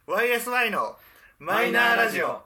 YSY のマイナーラジオ。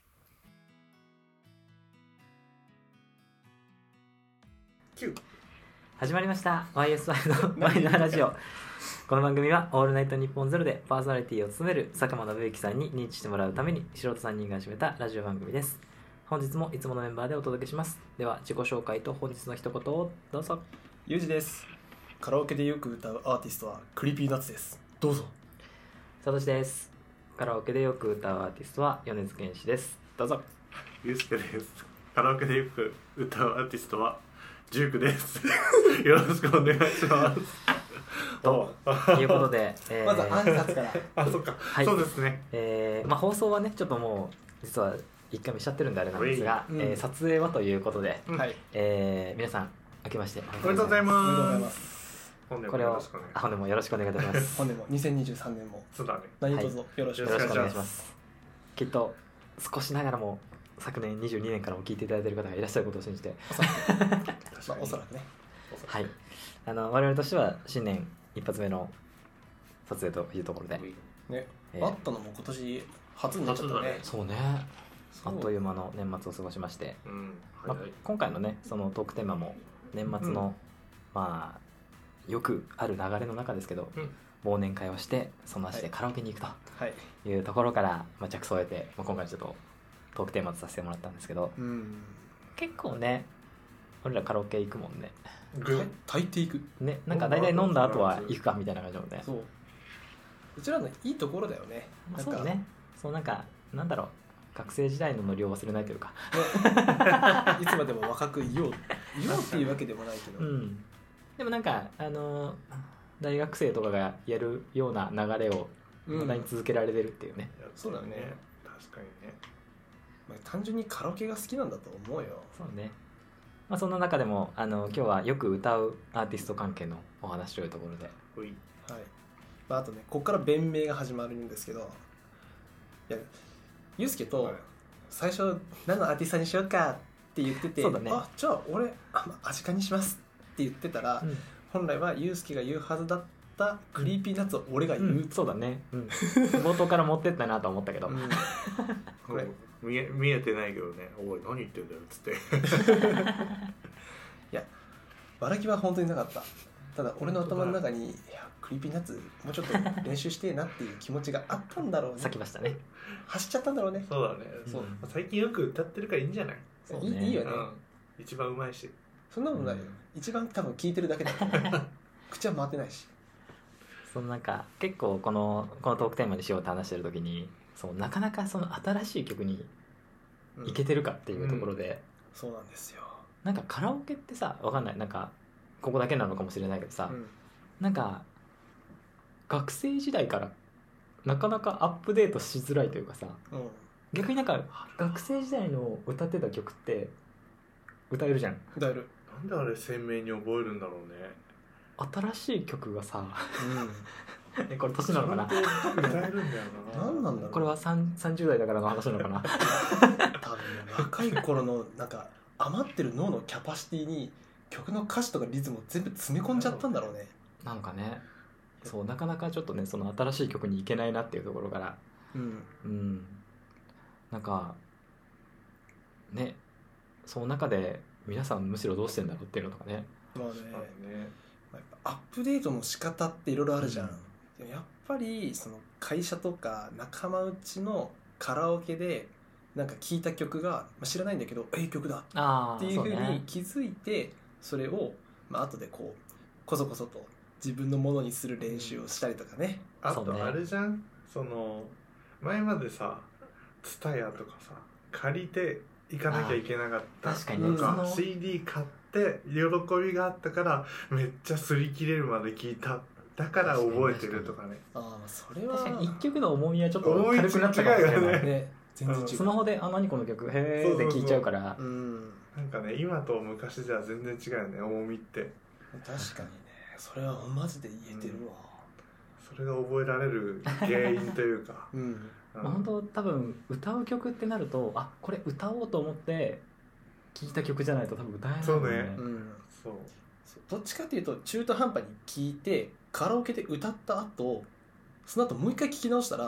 始まりました YSY のマイナーラジオ。この番組はオールナイトニッポンゼロでパーソナリティを務める佐久間信之さんに認知してもらうために素人3人が始めたラジオ番組です。本日もいつものメンバーでお届けします。では自己紹介と本日の一言をどうぞ。 ゆうじです。カラオケでよく歌うアーティストはクリーピーナッツです。どうぞ。 さとしです。カラオケでよく歌うアーティストは米津玄師です。どうぞ。 ゆうすけです。カラオケでよく歌うアーティストはジュークです。よろしくお願いします。 ということで、 まず挨拶から。 あ、そっか、 はい、 そうですね。 放送はねちょっともう実は1回目しちゃってるんであれなんですが、撮影はということで、 はい。 皆さん明けましておめでとうございおめでとうございま。 ますす。 これを本年ももよろしくお願いいたします本年も2023年もそうだね。 何卒よろしくお願いしよろしくお願いしま。 ますす。きっと少しながらも昨年22年からも聞いていただいている方がいらっしゃることを信じて、 おそらく、 確かまあ、 におそらくね。 はい、我々としては新年一発目の撮影というところで、 ね、 えー会ったのも今年初になっちゃったね。 そうね、あっという間の年末を過ごしまして、 うん。 まあはい。 今回のねそのトークテーマも年末の、まあよくある流れの中ですけど、忘年会をしてその足でカラオケに行くはい。 というところから、着想を得て、今回ちょっとトークテーマとさせてもらったんですけど、結構ね俺らカラオケ行くもんね。 大抵行く。 ね、なんか大体飲んだ後は行くかみたいな感じなので、 そう。うちらのいいところだよね。なんかそうね、そうなんかなんだろう、学生時代のノリを忘れないというか、 いつまでも若くいようっていうわけでもないけど、 でもなんか大学生とかがやるような流れをまだに続けられてるっていうね、 そうだね。 確かにね。 まあ、単純にカラオケが好きなんだと思うよ。 そうね。そんな中でも今日はよく歌うアーティスト関係のお話というところで、 ほい。 はい。まあ、あとね、ここから弁明が始まるんですけど、いや、ゆうすけと最初何のアーティストにしようかって言ってて、 そうだね、 あ、じゃあ俺アジカにしますって言ってたら、本来はゆうすけが言うはずだったクリーピーナッツを俺が言う、 そうだね、冒頭から持ってったなとは思ったけど、 これ見えてないけどね。おい何言ってんだよっつって。 いや、笑きは本当になかった。ただ俺の頭の中に、いやクリーピーナッツもうちょっと練習してえなっていう気持ちがあったんだろうね。 咲きましたね。 走っちゃったんだろうね。 そうだね。 そう最近よく歌ってるからいいんじゃない？ そうね、 いいよね、 一番うまいし。 そんなことないよ、一番多分聞いてるだけだから口は回ってないし。 そのなんか結構このトークテーマにしようって話してる時に、そうなかなかその新しい曲にいけてるかっていうところで、 そうなんですよ。 なんかカラオケってさ、わかんない、なんかここだけなのかもしれないけどさ、なんか学生時代からなかなかアップデートしづらいというかさ、逆になんか学生時代の歌ってた曲って歌えるじゃん。 歌える。 なんであれ鮮明に覚えるんだろうね。 新しい曲がさ、これ年なのかな、 歌えるんだよな。 何なんだろう。 これは30代だからの話なのかな。 多分若い頃のなんか余ってる脳のキャパシティに曲の歌詞とかリズムを全部詰め込んじゃったんだろうね。 なんかね、そうなかなかちょっとねその新しい曲に行けないなっていうところから、なんかね、その中で皆さんむしろどうしてんだろうっていうのとかね。 まあね、アップデートの仕方っていろいろあるじゃん、でもやっぱりその会社とか仲間内のカラオケでなんか聴いた曲が、知らないんだけど曲だっていうふうに気づいて、それを後でこそこそと自分のものにする練習をしたりとかね。 あとあれじゃん、その前までさTSUTAYAとかさ借りて行かなきゃいけなかった確かに、 か CD 買って喜びがあったからめっちゃ擦り切れるまで聞いた、だから覚えてるとかね。 それは確かに1曲の重みはちょっと軽くなったかもしれないね。全然違う。 スマホで何この曲へーで聴いちゃうから、 なんかね、今と昔じゃ全然違うよね、重みって。 確かにね、それはマジで言えてるわ、 それが覚えられる原因というか本当多分歌う曲ってなると、これ歌おうと思って聴いた曲じゃないと多分歌えないもんね。 そうどっちかっていうと中途半端に聴いてカラオケで歌った後、その後もう一回聴き直したら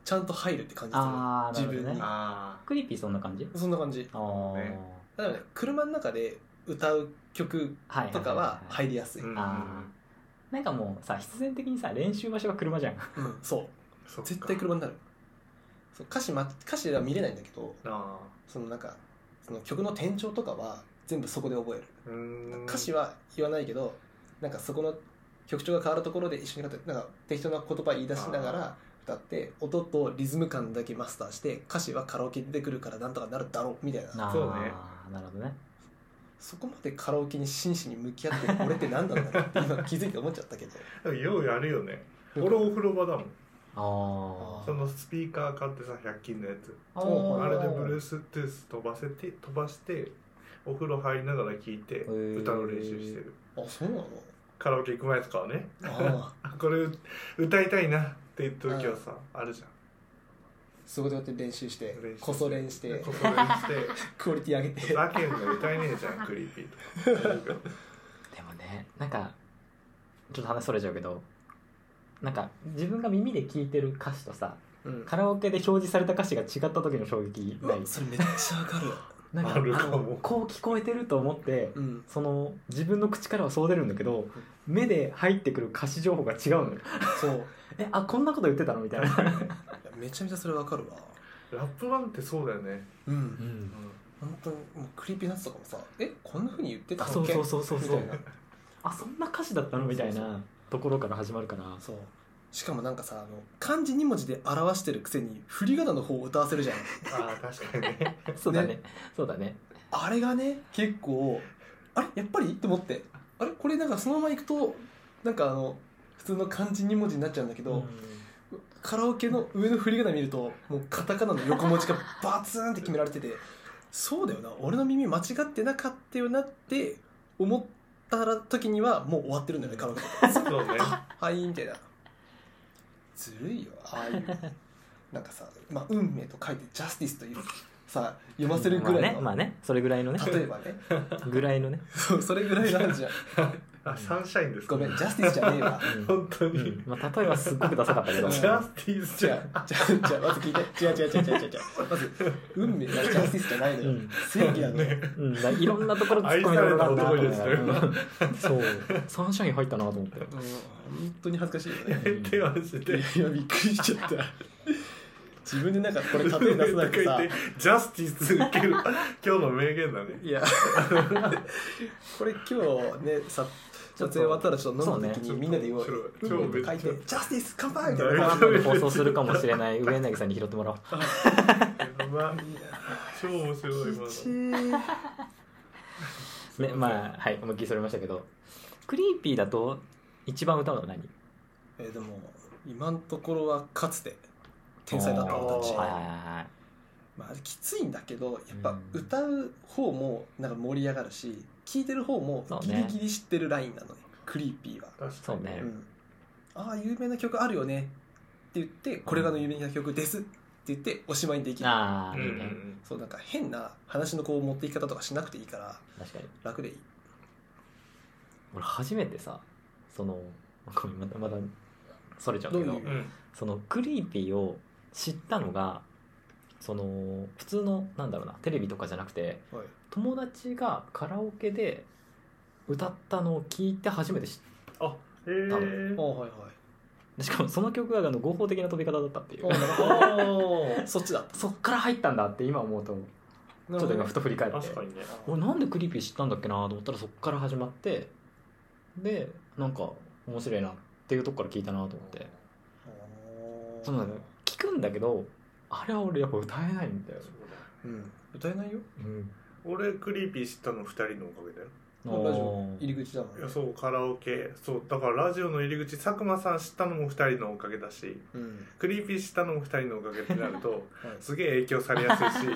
ちゃんと入るって感じあーする自分に、 あクリーピーそんな感じ？ そんな感じ。 あー、 ねだからね車の中で歌う曲とかは入りやすい、 ー、うんあなんかもうさ必然的にさ練習場所が車じゃん。 そうそっか絶対車になる。そう歌詞は見れないんだけど、 あそのなんかその曲の転調とかは全部そこで覚える。 ーうーん歌詞は言わないけど、なんかそこの曲調が変わるところで一緒になんか適当な言葉言い出しながら歌って、音とリズム感だけマスターして、歌詞はカラオケに出てくるからなんとかなるだろうみたいな。 あーそうねなるほどね。 そこまでカラオケに真摯に向き合って俺って何なんだろうって今気づいて思っちゃったけど。 でもようやるよね。俺お風呂場だもん。 あそのスピーカー買ってさ100均のやつ、 あーあれでブルーストゥース飛ばしてお風呂入りながら聴いてー歌う練習してる。 あ、そうなの？ カラオケ行く前とかはね、 ああ、 これ歌いたいなって言った時はさ、あるじゃん。 そこでやって練習して練習こそ練してこそ練してクオリティ上げて。 ザケンが歌えねえじゃんクリーピーとか。 でもねなんかちょっと話それちゃうけど、なんか自分が耳で聞いてる歌詞とさうんカラオケで表示された歌詞が違った時の衝撃ない？ それめっちゃわかる。 なんかあるかもこう聞こえてると思ってうん、 その自分の口からはそう出るんだけど目で入ってくる歌詞情報が違うのよ。 そうあこんなこと言ってたのみたいな。 いやめちゃめちゃそれわかるわ。 ラップ版ってそうだよね。 うん、 うん本当にもうクリーピーナッツとかもさ、こんな風に言ってたあそうっけそうみたいな。 な。 あそんな歌詞だったのみたいなところから始まるから。 そう。しかもなんかさ、漢字2文字で表してるくせに振り仮名の方を歌わせるじゃん。 ああ確かにね。 そうだねそうだね。 あれがね結構あれやっぱりと思って、あれこれなんかそのままいくとなんか普通の漢字2文字になっちゃうんだけど、カラオケの上の振り仮名見るともうカタカナの横文字がバツンって決められてて、そうだよな俺の耳間違ってなかったよなって思った時にはもう終わってるんだよねカラオケ。 そうね。 はいみたいな。ずるいよああいうなんかさ、運命と書いてジャスティスというさ読ませるぐらいの、 まあねそれぐらいのね例えばねぐらいのね。 そうそれぐらいなんじゃん。 あサンシャインですか。 ごめんジャスティスじゃねえわ。 本当に。 うんまあ、例えばすっごくダサかったけどジャスティスじゃあまず聞いて。違うまず運命がジャスティスじゃないのよ、 うん正義なのよ、 うん、だからいろんなところ突っ込みどころがあるなと思いながら、うんそうサンシャイン入ったなと思って。 本当に恥ずかしいよね。 手はしていやびっくりしちゃった。自分でなんかこれ例え出すなんてさ、 ジャスティス受ける今日の名言だね。 いやこれ今日ね撮影終わったらちょっと飲んだ時にみんなで言おうよ。 そうね運命と書いてジャスティス乾杯みたい大な。 丈夫放送するかもしれない上柳さんに拾ってもらおう。 やば超面白い今の。 ねまあはい思いっきりそれましたけど、クリーピーだと一番歌うのは何？ でも今のところはかつて天才だった俺たち。 はいはいはあれきついんだけどやっぱ歌う方もなんか盛り上がるし聴いてる方もギリギリ知ってるラインなのねクリーピーは。 確かにそうねああ有名な曲あるよねって言ってこれが有名な曲ですって言っておしまいにできる。 ああいいね、 そうなんか変な話のこう持っていき方とかしなくていいから確かに。 楽でいい。 俺初めてさそのごめんまだそれちゃうけどどういううんそのクリーピーを知ったのがその普通のなんだろうなテレビとかじゃなくてはい友達がカラオケで歌ったのを聞いて初めて知っあへえあはいはいた。しかもその曲が合法的な飛び方だったっていうなるほどそっちだ。 そっから入ったんだって今思うとちょっと今ふと振り返って確かにね。 俺なんでクリーピー知ったんだっけなと思ったらそっから始まってでなんか面白いなっていうとこから聞いたなと思ってそうなんだよ聞くんだけどあれは俺やっぱ歌えないんだよ。 歌えないよ。 俺クリーピー知ったの2人のおかげだよ。 ラジオ入り口だもんね。 いやそうカラオケそうだからラジオの入り口佐久間さん知ったのも2人のおかげだしクリーピー知ったのも2人のおかげってなるとすげえ影響されやすいし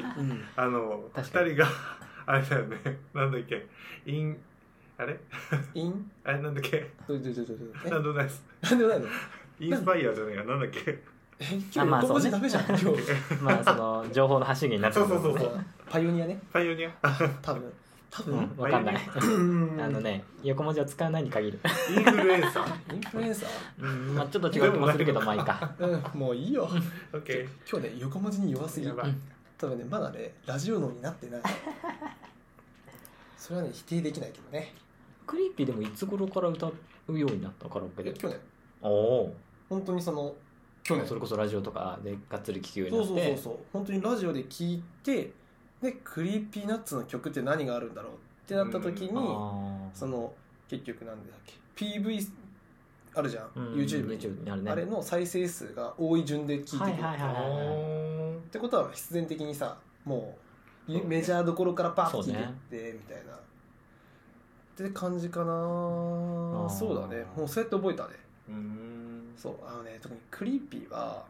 2 確かに人があれだよねなんだっけあれインあれなんだっけどうなんでもないですなんでもないの。 インスパイアじゃねえやなんだっけ今日横文字ダメじゃん今日。 まあその情報の発信源になってるそうパイオニアねパイオニア多分。 多分分かんないあのね横文字は使わないに限るインフルエンサーインフルエンサまあちょっと違う気もするけどまあいいかーもういいよオッケー今日ね横文字に弱すぎるやばい多分ねまだねラジオ脳になってないそれはね否定できないけどねクリーピーでもいつ頃から歌うようになったカラオケで去年おお本当にその去年それこそラジオとかでがっつり聴くようにそうなってそう本当にラジオで聞いてでクリーピーナッツの曲って何があるんだろうってなった時にその結局なんだっけ PV あるじゃん、YouTube にあるねあれの再生数が多い順で聞いてくるってことは必然的にさもうメジャーどころからパッと聞いてってみたいなって感じかなそうだねもうそうやって覚えたねそう特にクリーピーは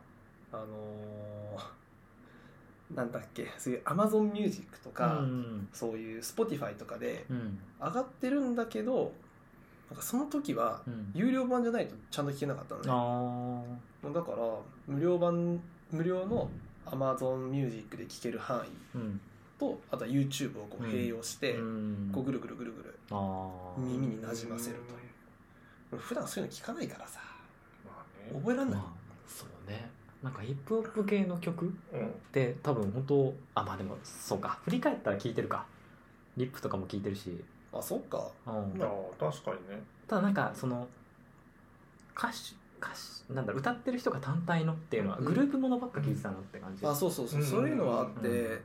なんだっけそういう Amazon Music とか、そういう Spotify とかで上がってるんだけどなんかその時は有料版じゃないとちゃんと聞けなかったのね、だから無料の Amazon Music で聴ける範囲とあとは YouTube をこう併用してこうぐるぐる耳になじませるという普段そういうの聞かないからさ覚えらんない、 そうねなんかヒップホップ系の曲って多分本当まあでもそうか振り返ったら聴いてるかリップとかも聴いてるしそっか、 確かにねただなんかその歌手なんだろう歌ってる人が単体のっていうのはグループものばっか聴いてたなって感じ、 そうそういうのはあって、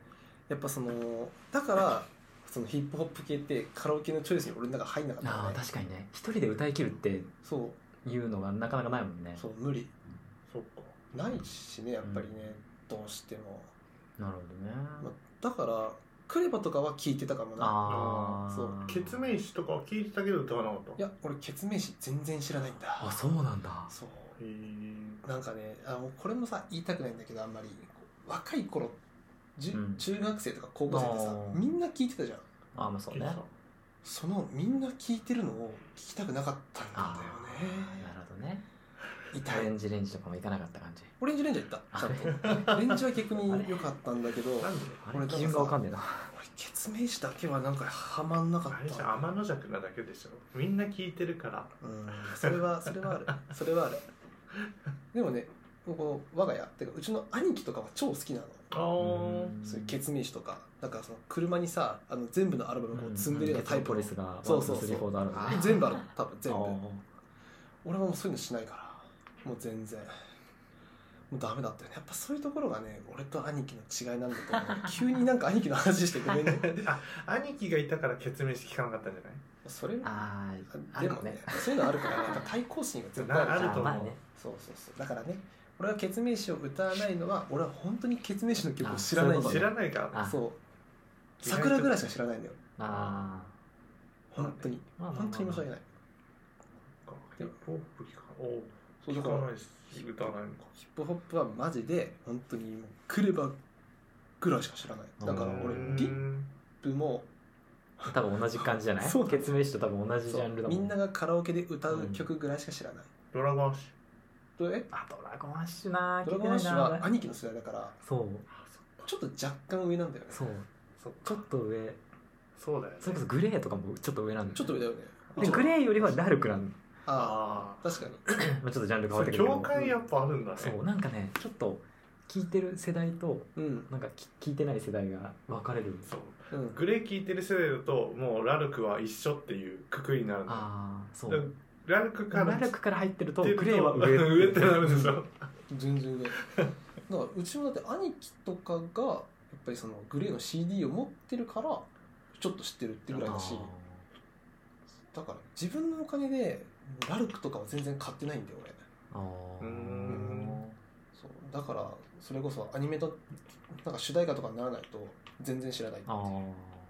やっぱそのだからそのヒップホップ系ってカラオケのチョイスに俺の中入んなかったね確かにね一人で歌い切るっていうのがなかなかないもんねそう無理そっかないしねやっぱりね、どうしてもなるほどね、 だからクレバとかは聞いてたかもなそうケツメイシとかは聞いてたけど歌わなかった。 いや俺ケツメイシ全然知らないんだそうなんだそうなんかねこれもさ言いたくないんだけどあんまり若い頃中学生とか高校生ってさみんな聞いてたじゃんまあそうねそのみんな聞いてるのを聞きたくなかったんだよねなるほどねオレンジレンジとかも行かなかった感じオレンジレンジは行ったちゃんとレンジは逆に良かったんだけど俺基準が分かんねえな俺ケツメイシだけはなんかハマんなかったあれじゃ天の弱なだけでしょみんな聞いてるからそれはあるそれはあるでもねこの我が家ってかうちの兄貴とかは超好きなのそういうケツメイシとかだからその車にさ全部のアルバムこう積んでるようなタイプのそう全部ある多分全部俺はもうそういうのしないからもう全然もうダメだったよねやっぱそういうところがね俺と兄貴の違いなんだと思う急になんか兄貴の話してごめんね兄貴がいたからケツメイシ聞かなかったんじゃないそれでもねそういうのあるからやっぱ対抗心が絶対あると思うそうだからね俺はケツメイシを歌わないのは俺は本当にケツメイシの曲を知らないんだよ知らないからそう桜ぐらいしか知らないんだよ本当に本当に申し訳ないヒップホップ聞かないし歌わないのかヒップホップはマジで本当にクレバぐらいしか知らないだから俺リップも多分同じ感じじゃないケツメイシと多分同じジャンルだもんみんながカラオケで歌う曲ぐらいしか知らないドラゴンアッシドラゴンアッシュなドラゴンアッシュは兄貴の世代だからそうちょっと若干上なんだよねそうちょっと上そうだよねそれこそグレーとかもちょっと上なんだよちょっと上だよねでグレーよりはダルクなん確かにちょっとジャンル変わってくるけど境界やっぱあるんだねそうなんかねちょっと聞いてる世代となんか聞いてない世代が分かれるそうグレー聞いてる世代だともうラルクは一緒っていうくくりになるのそうラルクから入ってるとグレーは上ってなるんですよ全然上だからうちもだって兄貴とかがやっぱりそのグレーの CD を持ってるからちょっと知ってるってぐらいだしだから自分のお金でラルクとかは全然買ってないんだよ俺そうだからそれこそアニメとなんか主題歌とかにならないと全然知らないっていうそうなん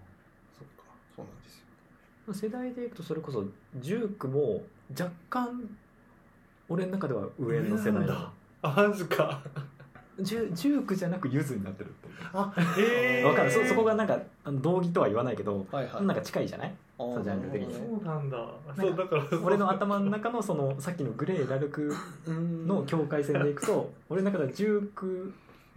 ですよ世代でいくとそれこそジュークも若干俺の中では上の世代だマジかジュークじゃなくユズになってるっていう分かるそこがなんか同義とは言わないけど、 なんか近いじゃないそのジャンル的にそうなんだそうだから俺の頭の中のそのさっきのグレーラルクの境界線でいくと俺の中ではジューク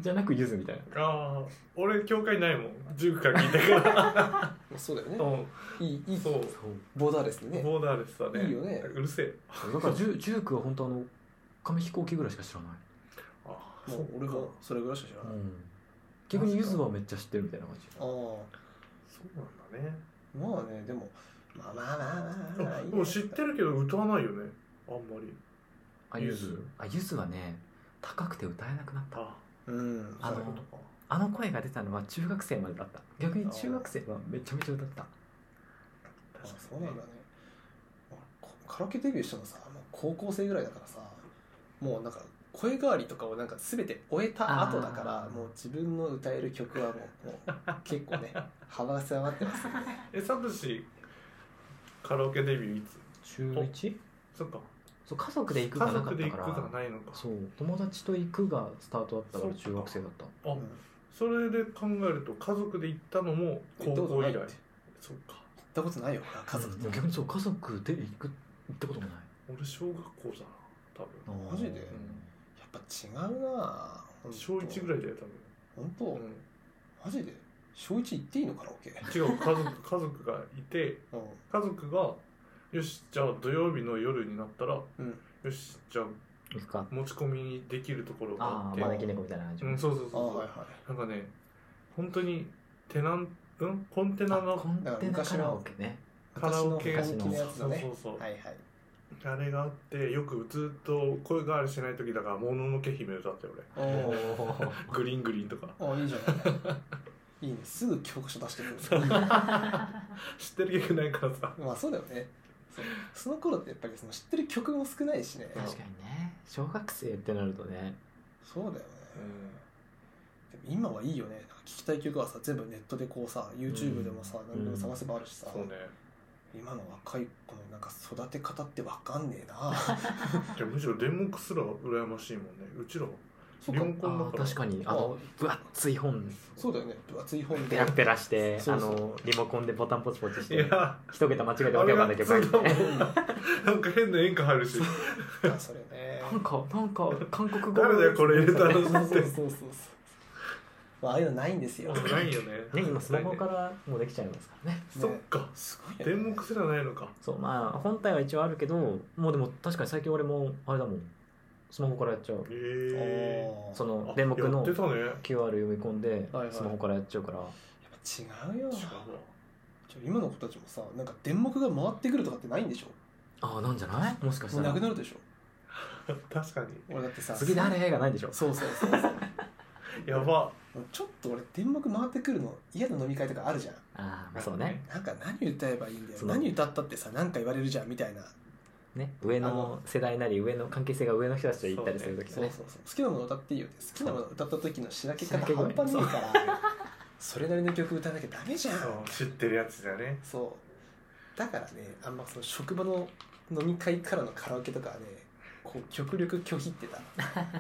じゃなくゆずみたいな。 ああ俺教会ないもん塾から聞いたからそうだよね、 うんいいそうボーダーレスでね。 ボーダーレスだね。 いいよね。 うるせえ。 だからジュークは本当紙飛行機ぐらいしか知らない。 あもう俺もそれぐらいしか知らない。 逆にゆずはめっちゃ知ってるみたいな感じ。 ああ、 そうなんだね。 まあね、でもまあまあまあまあまあいいね。 もう知ってるけど歌わないよねあんまり。 ゆずはね高くて歌えなくなった。 うん、 あの声が出たのは中学生までだった。逆に中学生はめちゃめちゃ歌った。 あ、そうなんだね。カラオケデビューしたのさ、高校生ぐらいだからさ、もうなんか声変わりとかをなんか全て終えた後だから、もう自分の歌える曲はもう結構ね幅が狭まってますよね。 サトシカラオケデビューいつ？ 中 1？ そっか。 そう家族で行くがなかったから。 家族で行くがないのか。 そう友達と行くがスタートだったから中学生だった。 あ、それで考えると家族で行ったのも高校以来。そっか。 行ったことないよ家族と。 逆にそう家族で行ったこともない。 俺小学校だな多分。 マジで？やっぱ違うな。 小1ぐらいだよ多分。本当？マジで？小1行っていいのカラオケ？ 違う家族がいて、家族がよしじゃあ土曜日の夜になったら、よしじゃあ持ち込みにできるところがあって、 招き猫みたいな感じ。 そうそうそう、なんかね本当にコンテナのカラオケね。 カラオケのやつだね。 そうはいはい。あれがあってよくずっと声変わりしない時だからもののけ姫歌って俺グリーングリーンとか。 あいいじゃないいいね、すぐ教科書出してくる。知ってる曲ないからさ。 まあそうだよね。その頃ってやっぱりその知ってる曲も少ないしね。 確かにね小学生ってなるとね。 そうだよね、でも今はいいよね。聞きたい曲はさ全部ネットでこうさ YouTube でもさ、何でも探せばあるしさ、 そうね。 今の若い子のなんか育て方って分かんねえなむしろ電目すら羨ましいもんね。うちらリモコンだから確かに分厚い本。 そうだよね、分厚い本でペラペラしてリモコンでボタンポチポチして一桁間違えてわけわかんないけどなんか変な演歌入るしそれねなんか韓国語誰だよこれ入れたのってそうああいうのないんですよ。 ないよね。 今スマホからもうできちゃいますからね。 そっか。すごいね。電目すらないのか。 そうまあ本体は一応あるけど、もうでも確かに最近俺もあれだもん。スマホからやっちゃう。その電目の QR 読み込んでスマホからやっちゃうから。やっぱ違うよ。今の子たちもさ、なんか電目が回ってくるとかってないんでしょ。 ああなんじゃない？もしかしたら。 なくなるでしょ。 確かに。 俺だってさ。 次誰がないでしょ。 そうやば。 ちょっと俺電目回ってくるの嫌な飲み会とかあるじゃん。 ああそうね。 なんか何歌えばいいんだよ。何歌ったってさ何か言われるじゃんみたいな。 ね、上の世代なり上の関係性が上の人たちと言ったりするときね。 そう好きなもの歌っていいよって好きなもの歌った時のしらけ方半端ねえからそれなりの曲歌わなきゃダメじゃん。 知ってるやつじゃね。 そうだからね、あんまその職場の飲み会からのカラオケとかはねこう極力拒否ってた確か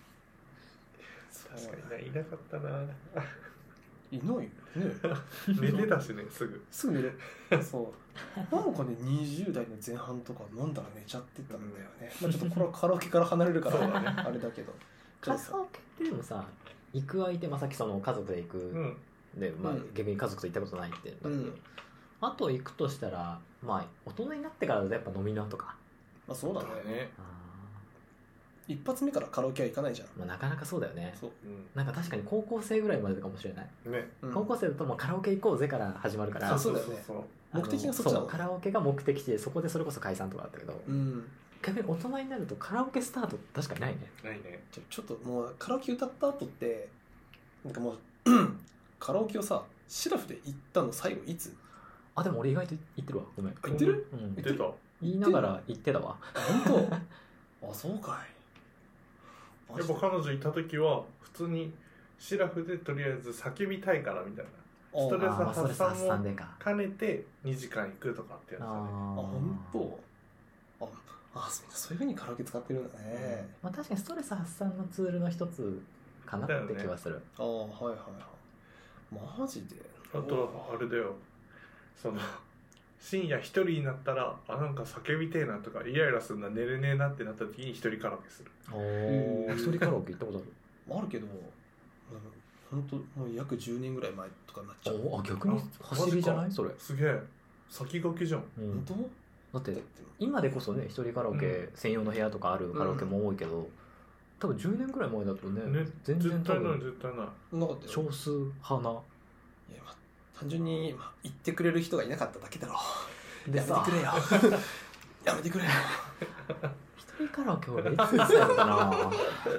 にいなかったないないね寝てたしねすぐ寝るそうなんかね20代の前半とか飲んだら寝ちゃってたんだよね、まあちょっとこれはカラオケから離れるからあれだけどカラオケってでもさ行く相手さっきその家族で行く、でまあ逆に家族と行ったことないって言うんだけど、あと行くとしたらまあ大人になってからだとやっぱ飲みのとか。 まあそうだね。一発目からカラオケは行かないじゃん。 まあ、なかなかそうだよね。 そう、 なんか確かに高校生ぐらいまでかもしれない、 ね、 高校生だともうカラオケ行こうぜから始まるから。 そうだよね。目的がそっちだもん。 カラオケが目的地でそこでそれこそ解散とかあったけど、逆に大人になるとカラオケスタート確かにないね。 ないね。 ちょっともうカラオケ歌った後ってなんかもうカラオケをさシラフで行ったの最後いつ？ あでも俺意外と行ってるわ。ごめん。 行ってる？ 行ってた。 言いながら行ってたわ。 本当？あそうかい。 やっぱ彼女いた時は普通にシラフでとりあえず叫びたいからみたいなストレス発散も兼ねて2時間行くとかってやつだね。 本当。そういう風にカラオケ使ってるんだね。 まあ確かにストレス発散のツールの一つかなって気はする。 はいはい。マジで。 あとはあれだよ、その深夜一人になったらなんか叫びてえなとかイライラするな寝れねえなってなった時に一人カラオケする。 一人カラオケ行ったことある？ あるけど本当もう約10年ぐらい前とかになっちゃう。 あ、逆に走りじゃないそれ。 すげえ先駆けじゃん。 本当だって今でこそね、一人カラオケ専用の部屋とかあるカラオケも多いけど、多分10年ぐらい前だとね、全然多分絶対ないなかったよ。 少数派な。 いや、単純に、言ってくれる人がいなかっただけだろう。 でやめてくれよやめてくれよ。 一人カラオケ俺いつしたのかな。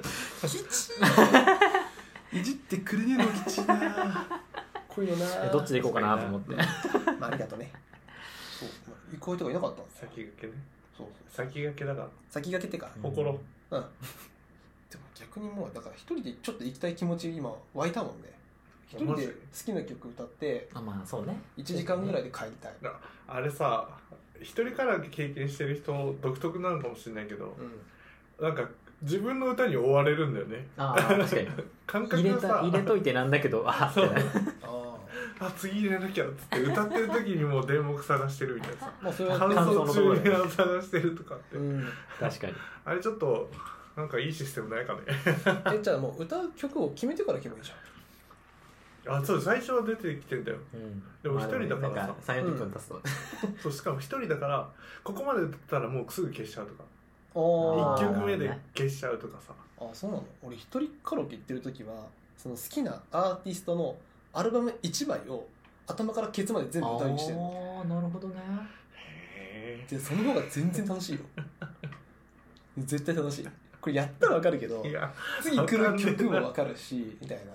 いじってくれねえのきちだ。こういうのな。 どっちで行こうかなと思って。 ありがとうね。そう、こういう人がいなかったんですよ。 先駆けね。 そう先駆けだから。 先駆けってか。 心。 でも逆にもうだから一人でちょっと行きたい気持ち今湧いたもんね。一人で好きな曲歌ってまあそうね、 1時間ぐらいで帰りたい。 あれさ、一人カラオケ経験してる人独特なのかもしれないけど、なんか自分の歌に追われるんだよね。 確かに感覚がさ入れといてなんだけど、 次入れなきゃっつって歌ってる時にもう電目探してるみたいなさ、 まあそれは感想中に探してるとかって、 確かにあれちょっとなんかいいシステムないかね。 じゃあもう歌う曲を決めてから決めるじゃん。 そう、最初は出てきてんだよ、でも一人だからさ、 3、40分経つと、 そうしかも一人だからここまで歌ったらもうすぐ消しちゃうとか、 1 1曲目で消しちゃうとかさ。 そうなの。俺一人カラオケ行ってる時はその好きなアーティストのアルバム1枚を頭からケツまで全部歌いにしてるの。 なるほどね。 でその方が全然楽しいよ。絶対楽しい。これやったら分かるけど、次来る曲も分かるしみたいな。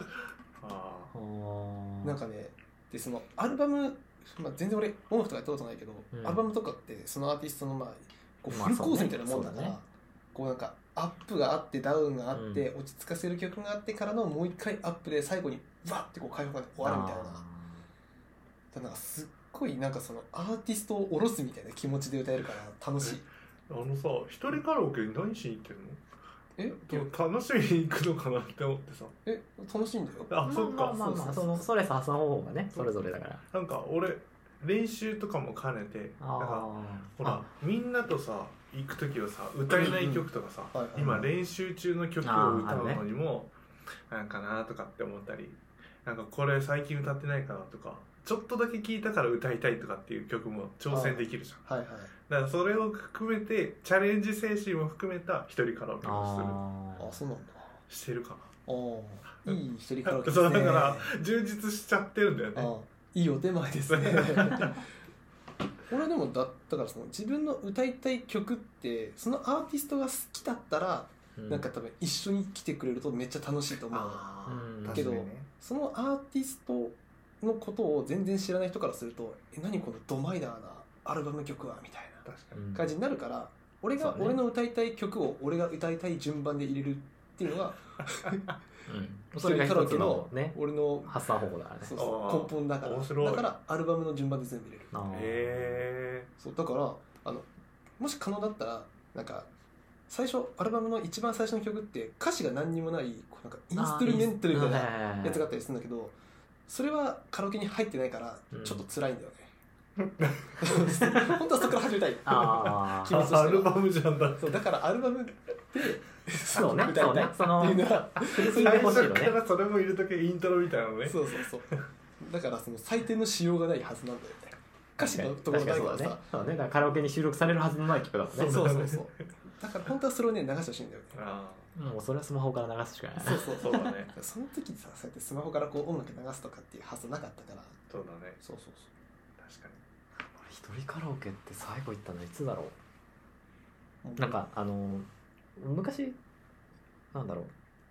なんかね、でそのアルバム、全然俺音楽とかやったことないけど、アルバムとかってそのアーティストのこうフルコースみたいなもんだから、こうなんかアップがあってダウンがあって、落ち着かせる曲があってからのもう一回アップで最後にバッてこう開放感で終わるみたいな。なんかすっごいなんかそのアーティストを下ろすみたいな気持ちで歌えるから楽しい。 さ、一人カラオケに何しに行ってるの？楽しみに行くのかなって思ってさ。 楽しいんだよ。 そっか。そのストレス発散方法がねそれぞれだから。 なんか俺練習とかも兼ねて、なんかほらみんなとさ行く時はさ歌えない曲とかさ、今練習中の曲を歌うのにもなんかなとかって思ったり、なんかこれ最近歌ってないかなとか、ちょっとだけ聴いたから歌いたいとかっていう曲も挑戦できるじゃん。だからそれを含めてチャレンジ精神も含めた一人カラオケをする。 そうなんだ。 してるかな。いい一人カラオケですね。 そうだから充実しちゃってるんだよね。 いいお手前ですね。俺はでもだからその自分の歌いたい曲ってそのアーティストが好きだったら、なんか多分一緒に来てくれるとめっちゃ楽しいと思う。けどそのアーティストのことを全然知らない人からすると何このドマイナーなアルバム曲はみたいな感じになるから、俺の歌いたい曲を俺が歌いたい順番で入れるっていうのがそれが一つのね俺の発散方法だからね。 根本だから。だからアルバムの順番で全部入れる。そうだからもし可能だったらなんか最初アルバムの一番最初の曲って歌詞が何にもないなんかインストゥルメンタルみたいなやつがあったりするんだけど、それはカラオケに入ってないからちょっと辛いんだよね。本当はそこから始めたい。 アルバムじゃんだ。 だからアルバムでそうね。その最初からそれも入れとけイントロみたいなのね。 そうだからその採点のしようがないはずなんだよね。歌詞のところだからさ。 そうね。だからカラオケに収録されるはずのない曲だもんね。 そう。だから本当はそれをね流してほしいんだよね。 もうそれはスマホから流すしかない。 そうだね。その時にさ、そうやってスマホからこう音楽流すとかっていう発想なかったから。 そうだね。 そう。 確かに。 一人カラオケって最後行ったのいつだろう。なんか昔なんだろ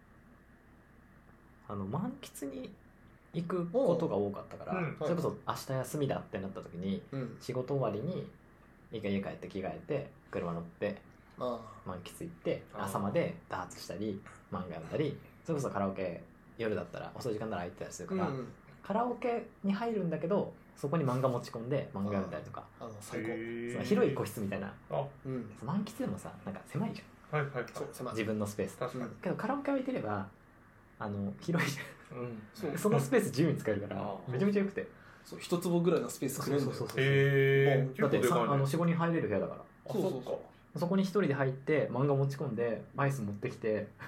う、満喫に行くことが多かったから、それこそ明日休みだってなった時に、仕事終わりに一回家帰って着替えて車乗って満喫行って朝までダーツしたり漫画読んだり、それこそカラオケ夜だったら遅い時間なら空いてたりするから、カラオケに入るんだけどそこに漫画持ち込んで漫画読んだりとか、 最高。 その広い個室みたいな、満喫でもさなんか狭いじゃん。自分のスペース。けどカラオケ空いてれば広いじゃん。そのスペース自由に使えるからめちゃめちゃ良くて、 一坪ぐらいのスペースくれるんだよ。 だって 4,5 人入れる部屋だから、そこに一人で入って漫画持ち込んでアイス持ってきて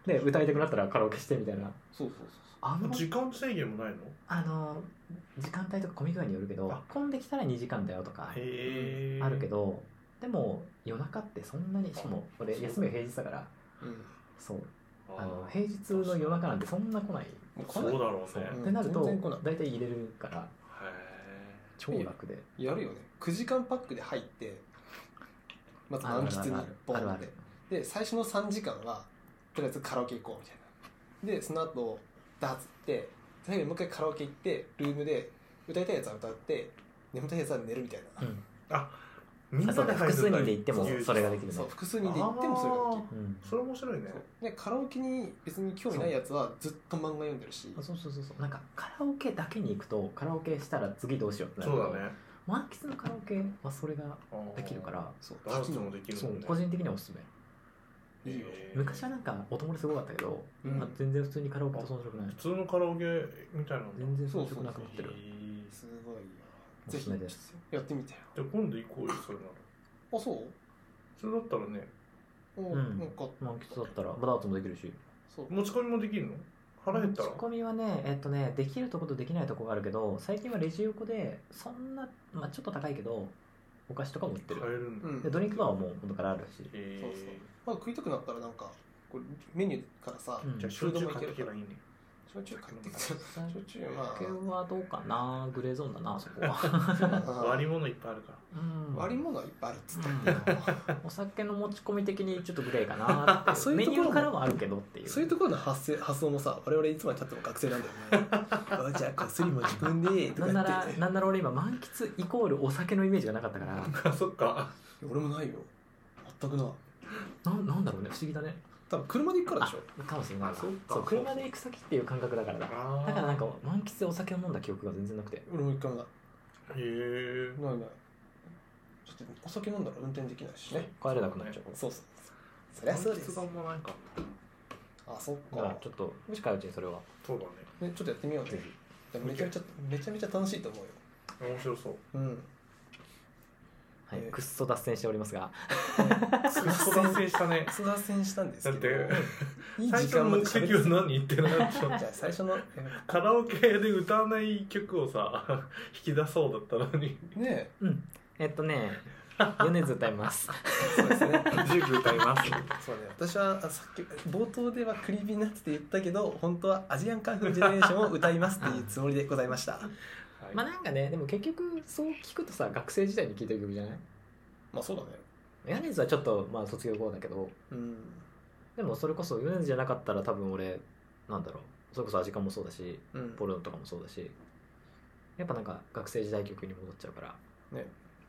で歌いたくなったらカラオケしてみたいな。 そう時間制限もないの？ 時間帯とか混み具合によるけど、混んできたら2時間だよとかあるけど、でも夜中ってそんなに、しかも俺休みが平日だから、そう平日の夜中なんてそんな来ない。 そうだろうね。 ってなると大体入れるから超楽でやるよね。9時間パックで入ってまず満喫にボンってで最初の3時間はとりあえずカラオケ行こうみたいな。でその後ダーツ行って最後にもう一回カラオケ行ってルームで歌いたいやつは歌って眠たいやつは寝るみたいな。 みんなで複数人で行ってもそれができる。 そう複数人で行ってもそれができる。 それ面白いね。 でカラオケに別に興味ないやつはずっと漫画読んでるし。 そうなんかカラオケだけに行くとカラオケしたら次どうしようってなる。 そうだね。 満喫のカラオケはそれができるから、 ダンスもできるもんね。 個人的にはおすすめ。昔はなんか音漏れすごかったけど、全然普通にカラオケと遜色ない。 普通のカラオケみたいなの全然遜色なくなってる。 すごいよ。 おすすめです。 やってみてよ。 じゃあ今度行こうよそれなら。 あ、そう？ それだったらね。 なんか満喫だったらダーツもできるし。 持ち込みもできるの？腹減ったら？ 持ち込みはね、できるとことできないとこがあるけど、最近はレジ横でそんな、ちょっと高いけどお菓子とかも売ってる。 買えるんだ。でドリンクバーはもう元からあるし。 食いたくなったらなんかこれメニューからさ、 じゃあ焼酎買ってけばいいね。 焼酎買ってきた。焼酎はどうかな、グレーゾーンだなそこは。 割り物いっぱいあるから。 割り物はいっぱいあるっつったお酒の持ち込み的にちょっとグレーかなって。メニューからもあるけどっていう。 そういうところの発想もさ、我々いつまでたっても学生なんだよね。じゃあこっそり持ち込んでとかなんなら俺今満喫イコールお酒のイメージがなかったから。 そっか。 俺もないよ。全くない。 なんだろうね、不思議だね。 多分車で行くからでしょ。 かもしれない。そう車で行く先っていう感覚だからだからなんか満喫でお酒を飲んだ記憶が全然なくて。 俺も一回もない。 へえ。 ない。ちょっとお酒飲んだら運転できないしね。 帰れなくなっちゃう。 そうそりゃそうです。 もないか。 あ、そっか。だからちょっと近いうちにそれは。 そうだね。 ちょっとやってみようぜひ。めちゃめちゃ楽しいと思うよ。 面白そう。 はい、くっそ脱線しておりますが。 くっそ脱線したね。 くっそ脱線したんですけど。 だって最初の目的は何言ってるの？じゃあ最初のカラオケで歌わない曲をさ引き出そうだったのに。 ねえ。米津歌います。 そうですね。 ジュー歌います。 そうね。私はさっき冒頭ではクリーピーナッツって言ったけど、本当はアジアンカンフージェネレーションを歌いますっていうつもりでございました。 なんかね、でも結局そう聞くとさ、学生時代に聴いてる曲じゃない？ まあそうだね。 米津はちょっと卒業後だけど、でもそれこそ米津じゃなかったら多分俺なんだろう、それこそアジカンもそうだし、ポルノとかもそうだし、やっぱなんか学生時代曲に戻っちゃうからね。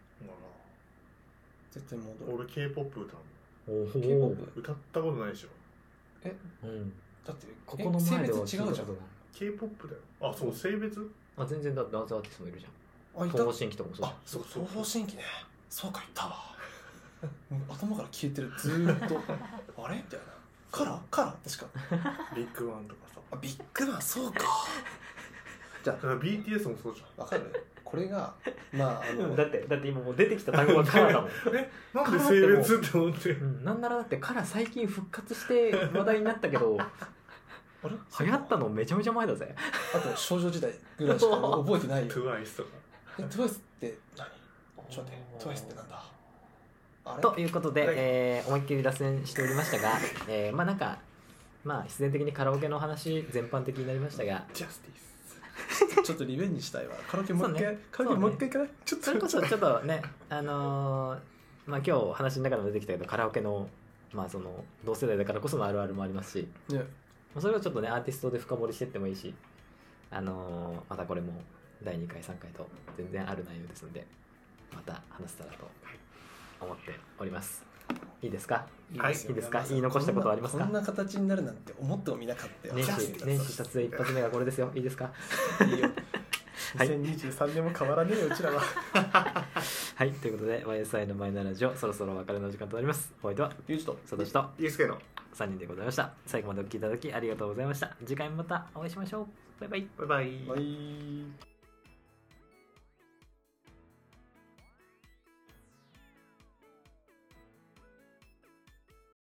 絶対戻る。 俺 K-POP 歌うの。 K-POP 歌ったことないでしょ。 だってここの前では違うじゃん。 K-POP だよ。あ、そう、性別？ 全然だってアーティストもいるじゃん。東方神起とかもそうじゃん。 そう東方神起ね。そうか、言ったわ。頭から消えてる、ずーっと。あれみたいな。カラ確かビッグワンとかさ。 ビッグワン、そうか。 じゃあ BTS もそうじゃん。 わかる？これがだって今もう出てきた単語がカラーだもん。 なんで性別って思って。 なんならだってカラー最近復活して話題になったけど流行ったのめちゃめちゃ前だぜ。 あと少女時代ぐらいしか覚えてないよ。 TWICE とか。 TWICE って何？ちょっと待って、TWICE ってなんだ？ ということで、思いっきり脱線しておりましたが、必然的にカラオケの話全般的になりましたが、 ジャスティス。 ちょっとリベンジしたいわ。カラオケもう一回、カラオケもう一回かな。 それこそちょっとね、今日話の中でも出てきたけどカラオケのその同世代だからこそのあるあるもありますし、それをちょっとねアーティストで深掘りしていってもいいし、またこれも第2回3回と全然ある内容ですのでまた話せたらと思っております。いいですか？ はい、いいですか？言い残したことはありますか？ こんな形になるなんて思ってもみなかったよ。 年始撮影一発目がこれですよ。いいですか？ いいよ。2023年も変わらねえよ、うちらは。 はい、ということで YSI のマイナーラジオそろそろお別れの時間となります。お相手はゆうじとさとしとゆうすけの 3人でございました。最後までお聞きいただきありがとうございました。次回もまたお会いしましょう。バイバイ。 バイバイ。 バイ。